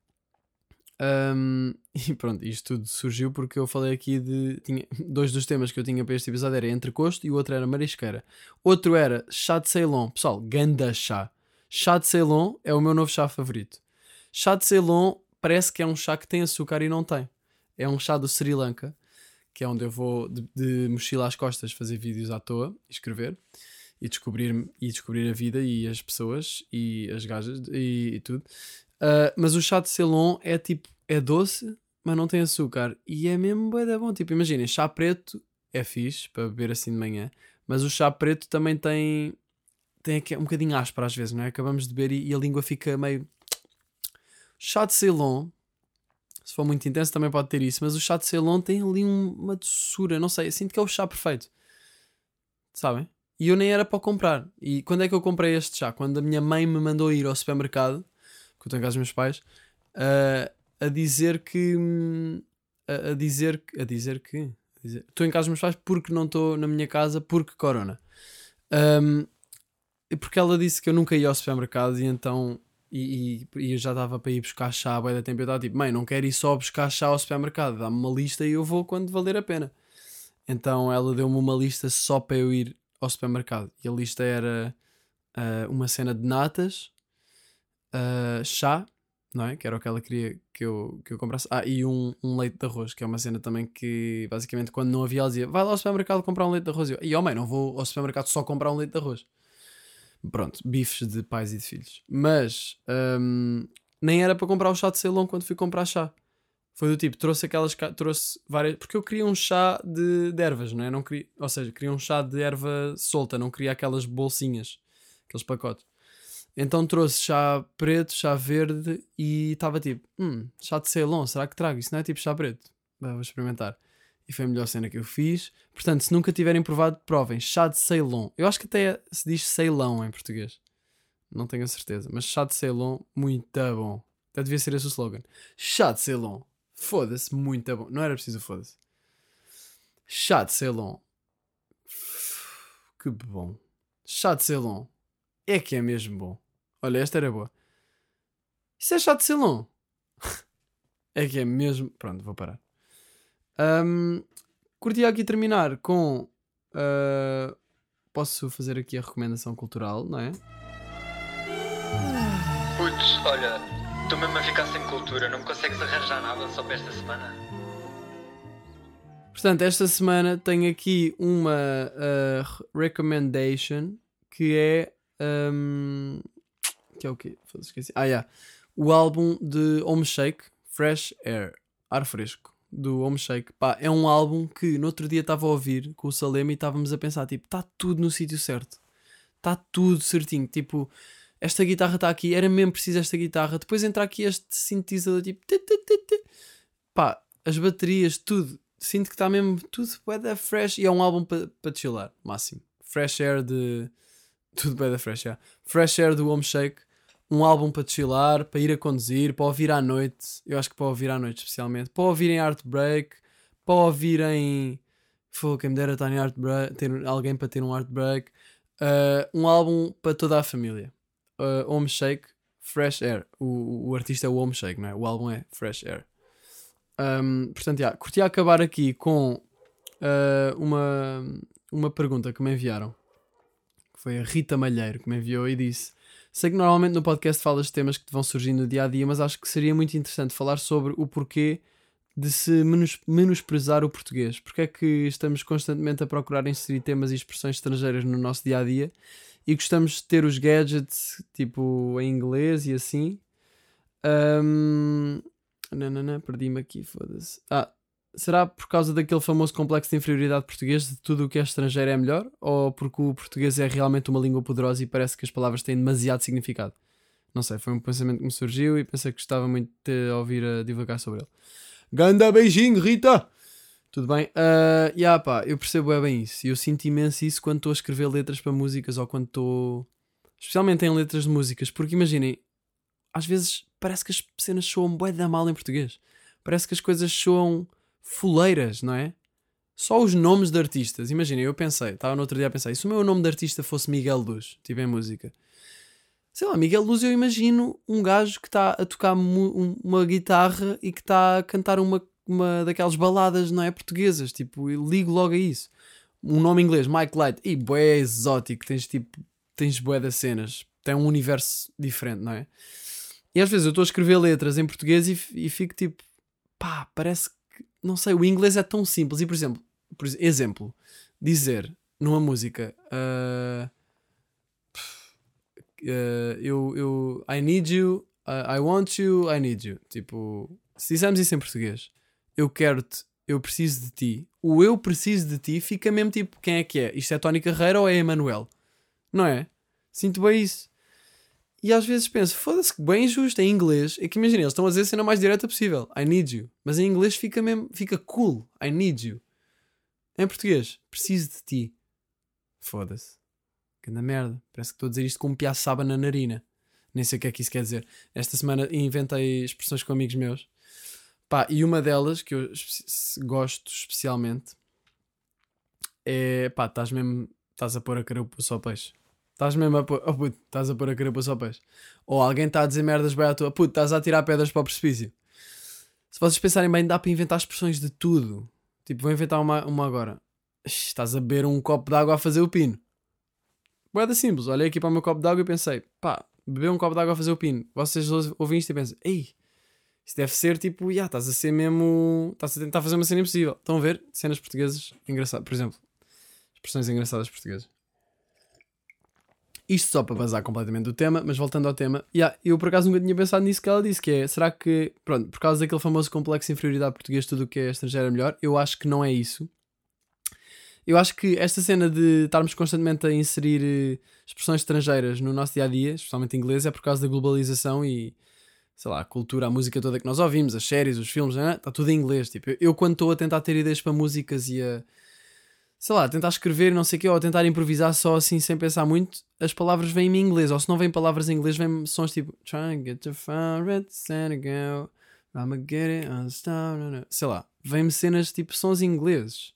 E pronto, isto tudo surgiu porque eu falei aqui tinha, dois dos temas que eu tinha para este episódio era entrecosto e o outro era marisqueira. Outro era chá de Ceylon. Pessoal, ganda chá. Chá de Ceylon é o meu novo chá favorito. Chá de Ceylon parece que é um chá que tem açúcar e não tem. É um chá do Sri Lanka, que é onde eu vou de mochila às costas fazer vídeos à toa e escrever e descobrir a vida e as pessoas e as gajas e tudo. Mas o chá de Ceylon é tipo, é doce, mas não tem açúcar e é mesmo bué da bom. Tipo, imaginem, chá preto é fixe para beber assim de manhã, mas o chá preto também tem aqui um bocadinho áspero às vezes, não é? Acabamos de beber e a língua fica meio... Chá de Ceylon, se for muito intenso também pode ter isso, mas o chá de Ceylon tem ali uma doçura, não sei, eu sinto que é o chá perfeito, sabem? E eu nem era para comprar. E quando é que eu comprei este chá? Quando a minha mãe me mandou ir ao supermercado, que eu estou em casa dos meus pais, a dizer que... A dizer que... Estou em casa dos meus pais porque não estou na minha casa porque corona. E porque ela disse que eu nunca ia ao supermercado e então... E eu já estava para ir buscar chá há bué da tempo. Eu estava tipo, mãe, não quero ir só buscar chá ao supermercado. Dá-me uma lista e eu vou quando valer a pena. Então ela deu-me uma lista só para eu ir ao supermercado. E a lista era uma cena de natas, chá, não é? Que era o que ela queria que eu comprasse. E um leite de arroz, que é uma cena também que basicamente quando não havia ela dizia, vai lá ao supermercado comprar um leite de arroz. E eu, mãe, não vou ao supermercado só comprar um leite de arroz. Pronto, bifes de pais e de filhos. Mas nem era para comprar o chá de Ceylon quando fui comprar chá. Foi do tipo, trouxe várias... Porque eu queria um chá de ervas, não é? Não queria, ou seja, queria um chá de erva solta, não queria aquelas bolsinhas, aqueles pacotes. Então trouxe chá preto, chá verde e estava tipo, chá de Ceylon, será que trago? Isso não é tipo chá preto? Vou experimentar. E foi a melhor cena que eu fiz. Portanto, se nunca tiverem provado, provem. Chá de Ceylon. Eu acho que até se diz Ceylão em português. Não tenho a certeza. Mas chá de Ceylon, muito bom. Até devia ser esse o slogan. Chá de Ceylon. Foda-se, muito bom. Não era preciso foda-se. Chá de Ceylon. Que bom. Chá de Ceylon. É que é mesmo bom. Olha, esta era boa. Isso é chá de Ceylon. É que é mesmo... Pronto, vou parar. Curtia aqui terminar com... posso fazer aqui a recomendação cultural, não é? Putz, olha, estou mesmo a ficar sem cultura, não me consegues arranjar nada só para esta semana? Portanto, esta semana tenho aqui uma recommendation que é... Que é o quê? Esqueci. O álbum de Home Shake, Fresh Air, Ar Fresco, do Home Shake. Pá, é um álbum que no outro dia estava a ouvir com o Salema e estávamos a pensar, tipo, está tudo no sítio certo. Está tudo certinho. Tipo, esta guitarra está aqui, era mesmo preciso esta guitarra. Depois entra aqui este sintetizador, tipo... Pá, as baterias, tudo. Sinto que está mesmo tudo bué da fresh. E é um álbum para chillar, máximo. Fresh Air de... Tudo bué da fresh, yeah. Fresh Air do Home Shake. Um álbum para chillar, para ir a conduzir, para ouvir à noite. Eu acho que para ouvir à noite especialmente. Para ouvir em Heartbreak. Para ouvir em... Quem me dera estar em Heartbreak. Ter alguém para ter um Heartbreak. Um álbum para toda a família. Home Shake, Fresh Air. O artista é o Home Shake, não é? O álbum é Fresh Air. Portanto, curti acabar aqui com uma pergunta que me enviaram. Que foi a Rita Malheiro que me enviou e disse: sei que normalmente no podcast falas de temas que te vão surgindo no dia a dia, mas acho que seria muito interessante falar sobre o porquê de se menosprezar o português. Porque é que estamos constantemente a procurar inserir temas e expressões estrangeiras no nosso dia a dia e gostamos de ter os gadgets tipo em inglês e assim. Perdi-me aqui, foda-se. Será por causa daquele famoso complexo de inferioridade português de tudo o que é estrangeiro é melhor? Ou porque o português é realmente uma língua poderosa e parece que as palavras têm demasiado significado? Não sei, foi um pensamento que me surgiu e pensei que gostava muito de ouvir a divagar sobre ele. Ganda beijinho, Rita! Tudo bem? Eu percebo bem isso. E eu sinto imenso isso quando estou a escrever letras para músicas ou quando estou... Especialmente em letras de músicas. Porque imaginem, às vezes parece que as cenas soam bué da mal em português. Parece que as coisas soam fuleiras, não é? Só os nomes de artistas. Imaginem, estava no outro dia a pensar, e se o meu nome de artista fosse Miguel Luz, tipo em música? Sei lá, Miguel Luz, eu imagino um gajo que está a tocar uma guitarra e que está a cantar uma daquelas baladas, não é? Portuguesas. Tipo, eu ligo logo a isso. Um nome em inglês, Mike Light. E bué exótico. Tens bué das cenas. Tem um universo diferente, não é? E às vezes eu estou a escrever letras em português e fico tipo... Pá, parece que... Não sei, o inglês é tão simples. E por exemplo, dizer numa música... I need you, I want you, I need you. Tipo, se dizermos isso em português, eu quero-te, eu preciso de ti. O eu preciso de ti fica mesmo tipo, quem é que é? Isto é Tony Carreira ou é Emanuel? Não é? Sinto bem isso. E às vezes penso, foda-se que bem injusto em inglês. É que imagina, eles estão a dizer a cena mais direta possível. I need you. Mas em inglês fica cool. I need you. Em português, preciso de ti. Foda-se. Que anda merda. Parece que estou a dizer isto com um piaçaba na narina. Nem sei o que é que isso quer dizer. Esta semana inventei expressões com amigos meus. Pá, e uma delas que eu gosto especialmente é... Pá, estás a pôr a carapuça ao peixe. Estás mesmo a pôr... Oh puto, estás a pôr a carapuça ao peixe. Ou alguém está a dizer merdas bem à tua... Puto, estás a tirar pedras para o precipício. Se vocês pensarem bem, dá para inventar expressões de tudo. Tipo, vou inventar uma agora. Estás a beber um copo de água a fazer o pino. Boeda simples. Olhei aqui para o meu copo de água e pensei, pá, beber um copo de água a fazer o pino. Vocês ouvem isto e pensam, ei, isto deve ser tipo, estás a ser mesmo... Estás a tentar fazer uma cena impossível. Estão a ver? Cenas portuguesas engraçadas. Por exemplo, expressões engraçadas portuguesas. Isto só para vazar completamente do tema, mas voltando ao tema, eu por acaso nunca tinha pensado nisso que ela disse, que é, será que, pronto, por causa daquele famoso complexo de inferioridade português, tudo o que é estrangeiro é melhor? Eu acho que não é isso. Eu acho que esta cena de estarmos constantemente a inserir expressões estrangeiras no nosso dia-a-dia, especialmente em inglês, é por causa da globalização e, sei lá, a cultura, a música toda que nós ouvimos, as séries, os filmes, está tudo em inglês. Tipo, eu quando estou a tentar ter ideias para músicas e a, sei lá, tentar escrever não sei o quê, ou a tentar improvisar só assim sem pensar muito, as palavras vêm em inglês, ou se não vêm palavras em inglês, vêm sons tipo try and get your phone, red sand go, I'ma get it on stone, sei lá, vêm-me cenas tipo sons ingleses.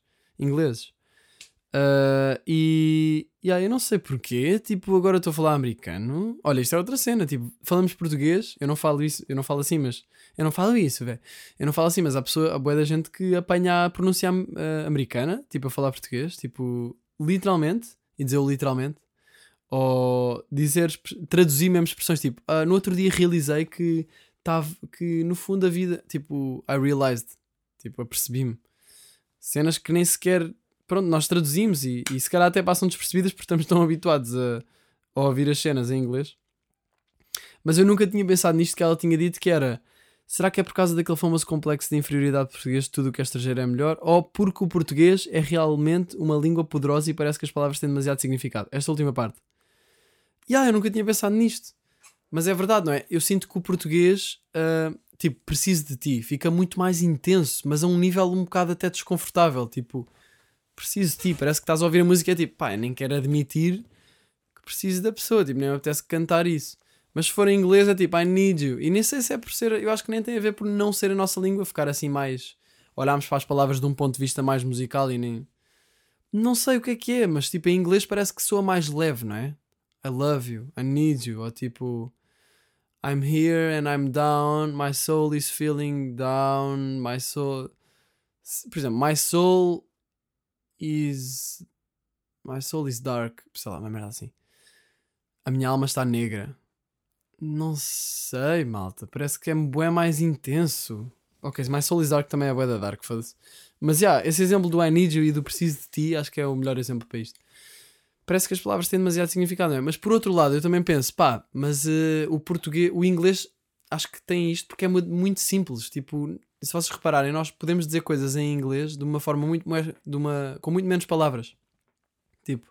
Eu não sei porquê, tipo, agora estou a falar americano. Olha, isto é outra cena, tipo, falamos português, eu não falo assim, mas eu não falo isso, velho. Eu não falo assim, mas há bué da gente que apanha a pronúncia americana, tipo, a falar português, tipo, literalmente, e dizer o literalmente, ou traduzir mesmo expressões, tipo, no outro dia realizei que no fundo a vida, tipo, I realized, tipo, apercebi-me. Cenas que nem sequer... Pronto, nós traduzimos e se calhar até passam despercebidas porque estamos tão habituados a ouvir as cenas em inglês. Mas eu nunca tinha pensado nisto que ela tinha dito, que era: será que é por causa daquele famoso complexo de inferioridade português de tudo o que é estrangeiro é melhor? Ou porque o português é realmente uma língua poderosa e parece que as palavras têm demasiado significado? Esta última parte. Eu nunca tinha pensado nisto. Mas é verdade, não é? Eu sinto que o português, tipo, preciso de ti. Fica muito mais intenso, mas a um nível um bocado até desconfortável. Tipo, preciso de ti. Parece que estás a ouvir a música e é tipo, pá, eu nem quero admitir que preciso da pessoa. Tipo, nem me apetece cantar isso. Mas se for em inglês é tipo, I need you. E nem sei se é por ser, eu acho que nem tem a ver por não ser a nossa língua, ficar assim mais, olharmos para as palavras de um ponto de vista mais musical e nem... Não sei o que é, mas tipo, em inglês parece que soa mais leve, não é? I love you, I need you. Ou tipo, I'm here and I'm down, my soul is feeling down, my soul... Por exemplo, is... My soul is dark. Sei lá, uma merda assim. A minha alma está negra. Não sei, malta. Parece que é bué mais intenso. Ok, My Soul is Dark também é bué da Dark, foda-se. Mas esse exemplo do I Need You e do Preciso de Ti, acho que é o melhor exemplo para isto. Parece que as palavras têm demasiado significado, não é? Mas por outro lado, eu também penso, pá, mas o português, o inglês, acho que tem isto porque é muito simples. Tipo, se vocês repararem, nós podemos dizer coisas em inglês de uma forma muito mais, com muito menos palavras. Tipo,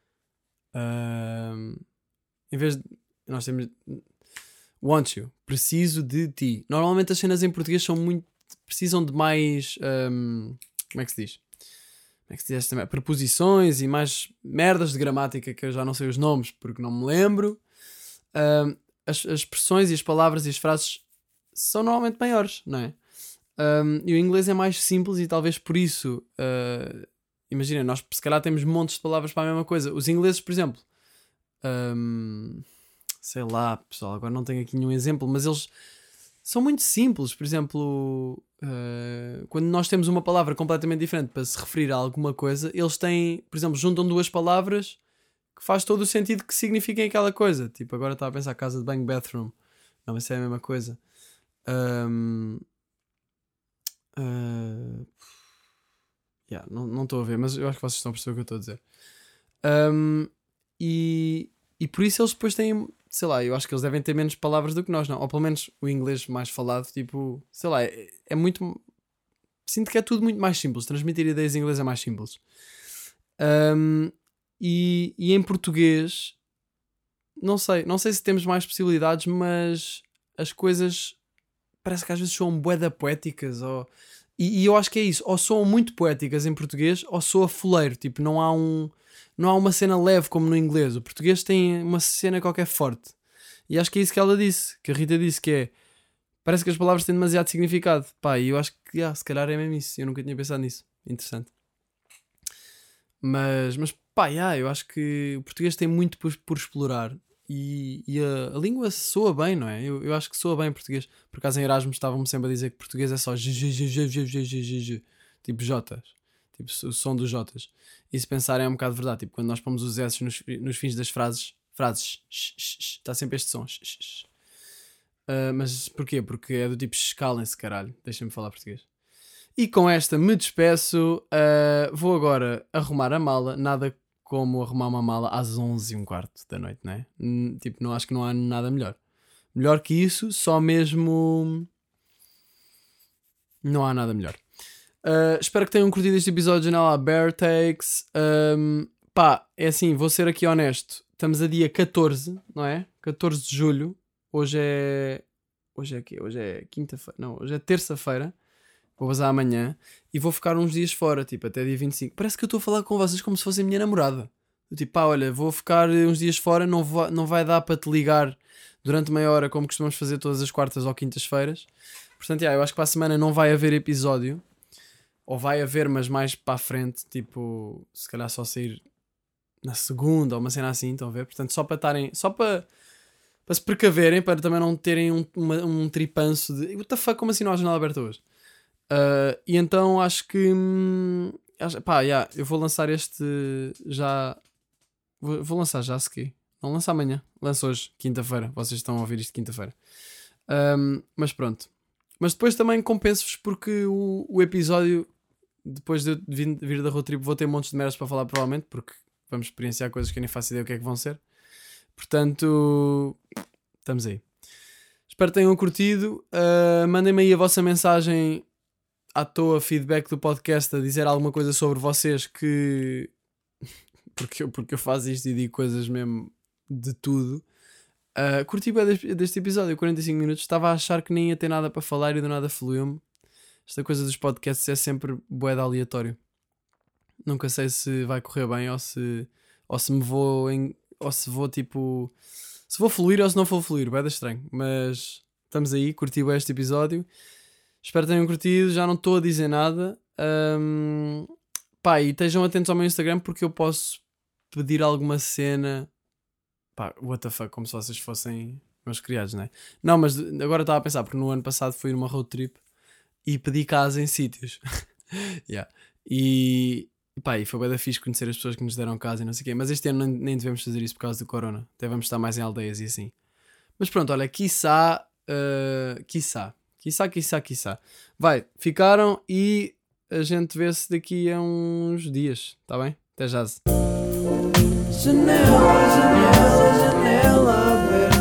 em vez de... Nós temos... Want you. Preciso de ti. Normalmente as cenas em português são muito... Precisam de mais... como é que se diz? Como é que se diz esta merda? Preposições e mais merdas de gramática que eu já não sei os nomes porque não me lembro. As expressões e as palavras e as frases são normalmente maiores, não é? E o inglês é mais simples e talvez por isso... imagina, nós se calhar temos montes de palavras para a mesma coisa. Os ingleses, por exemplo... sei lá, pessoal, agora não tenho aqui nenhum exemplo, mas eles são muito simples. Por exemplo, quando nós temos uma palavra completamente diferente para se referir a alguma coisa, eles têm, por exemplo, juntam duas palavras que faz todo o sentido que signifiquem aquela coisa. Tipo, agora estava a pensar casa de banho, bathroom. Não, isso é a mesma coisa. Não estou a ver, mas eu acho que vocês estão a perceber o que eu estou a dizer. E por isso eles depois têm, sei lá, eu acho que eles devem ter menos palavras do que nós, não? Ou pelo menos o inglês mais falado, tipo, sei lá, é muito... Sinto que é tudo muito mais simples. Transmitir ideias em inglês é mais simples. E em português, não sei se temos mais possibilidades, mas as coisas parece que às vezes são bué da poéticas, e eu acho que é isso, ou soam muito poéticas em português, ou soa fuleiro, tipo, não há uma cena leve como no inglês. O português tem uma cena qualquer forte. E acho que é isso que ela disse, que a Rita disse, que é... Parece que as palavras têm demasiado significado. Pá, e eu acho que, se calhar é mesmo isso. Eu nunca tinha pensado nisso. Interessante. Mas pá, eu acho que o português tem muito por explorar. E a língua soa bem, não é? Eu acho que soa bem português. Por acaso em Erasmus estavam-me sempre a dizer que português é só tipo Jotas. Tipo o som dos Jotas. E se pensarem é um bocado verdade. Tipo quando nós pomos os S nos fins das frases, está sempre este som. Mas porquê? Porque é do tipo calem-se, caralho. Deixem-me falar português. E com esta me despeço. Vou agora arrumar a mala. Nada como arrumar uma mala às 11h15 da noite, não é? Tipo, não acho que não há nada melhor. Melhor que isso, só mesmo... Não há nada melhor. Espero que tenham curtido este episódio de Janela Bear Takes. Pá, é assim, vou ser aqui honesto. Estamos a dia 14, não é? 14 de julho. Hoje é quê? Hoje é quinta-feira. Não, hoje é terça-feira. Vou vazar amanhã. E vou ficar uns dias fora, tipo, até dia 25. Parece que eu estou a falar com vocês como se fosse a minha namorada. Eu, tipo, olha, vou ficar uns dias fora. Não vai dar para te ligar durante meia hora, como costumamos fazer todas as quartas ou quintas-feiras. Portanto, eu acho que para a semana não vai haver episódio. Ou vai haver, mas mais para a frente. Tipo, se calhar só sair na segunda ou uma cena assim, estão a ver? Portanto, só para estarem... Só para se precaverem, para também não terem um tripanço de... What the fuck, como assim não há janela aberta hoje? E então acho que... eu vou lançar este já... Vou lançar já a seguir. Não lanço amanhã. Lanço hoje, quinta-feira. Vocês estão a ouvir isto quinta-feira. Mas pronto. Mas depois também compenso-vos porque o episódio... Depois de eu vir da road trip vou ter montes de merdas para falar provavelmente, porque vamos experienciar coisas que eu nem faço ideia o que é que vão ser. Portanto, estamos aí. Espero que tenham curtido. Mandem-me aí a vossa mensagem à toa, feedback do podcast, a dizer alguma coisa sobre vocês que... porque eu faço isto e digo coisas mesmo de tudo. Curti bem deste episódio, 45 minutos. Estava a achar que nem ia ter nada para falar e do nada fluiu-me. Esta coisa dos podcasts é sempre bué de aleatório. Nunca sei se vai correr bem ou se me vou ou se vou tipo... se vou fluir ou se não vou fluir. Bué de estranho. Mas estamos aí, curti bem este episódio. Espero que tenham curtido. Já não estou a dizer nada. Pá, e estejam atentos ao meu Instagram porque eu posso pedir alguma cena. Pá, what the fuck, como se vocês fossem meus criados, não é? Não, mas agora estava a pensar, porque no ano passado fui numa road trip e pedi casa em sítios. Yeah. E pá, e foi bem da fixe conhecer as pessoas que nos deram casa e não sei o quê. Mas este ano nem devemos fazer isso por causa do corona. Até vamos estar mais em aldeias e assim. Mas pronto, olha, quiçá. Vai, ficaram e a gente vê-se daqui a uns dias, tá bem? Até já. Janela, janela, janela aberta.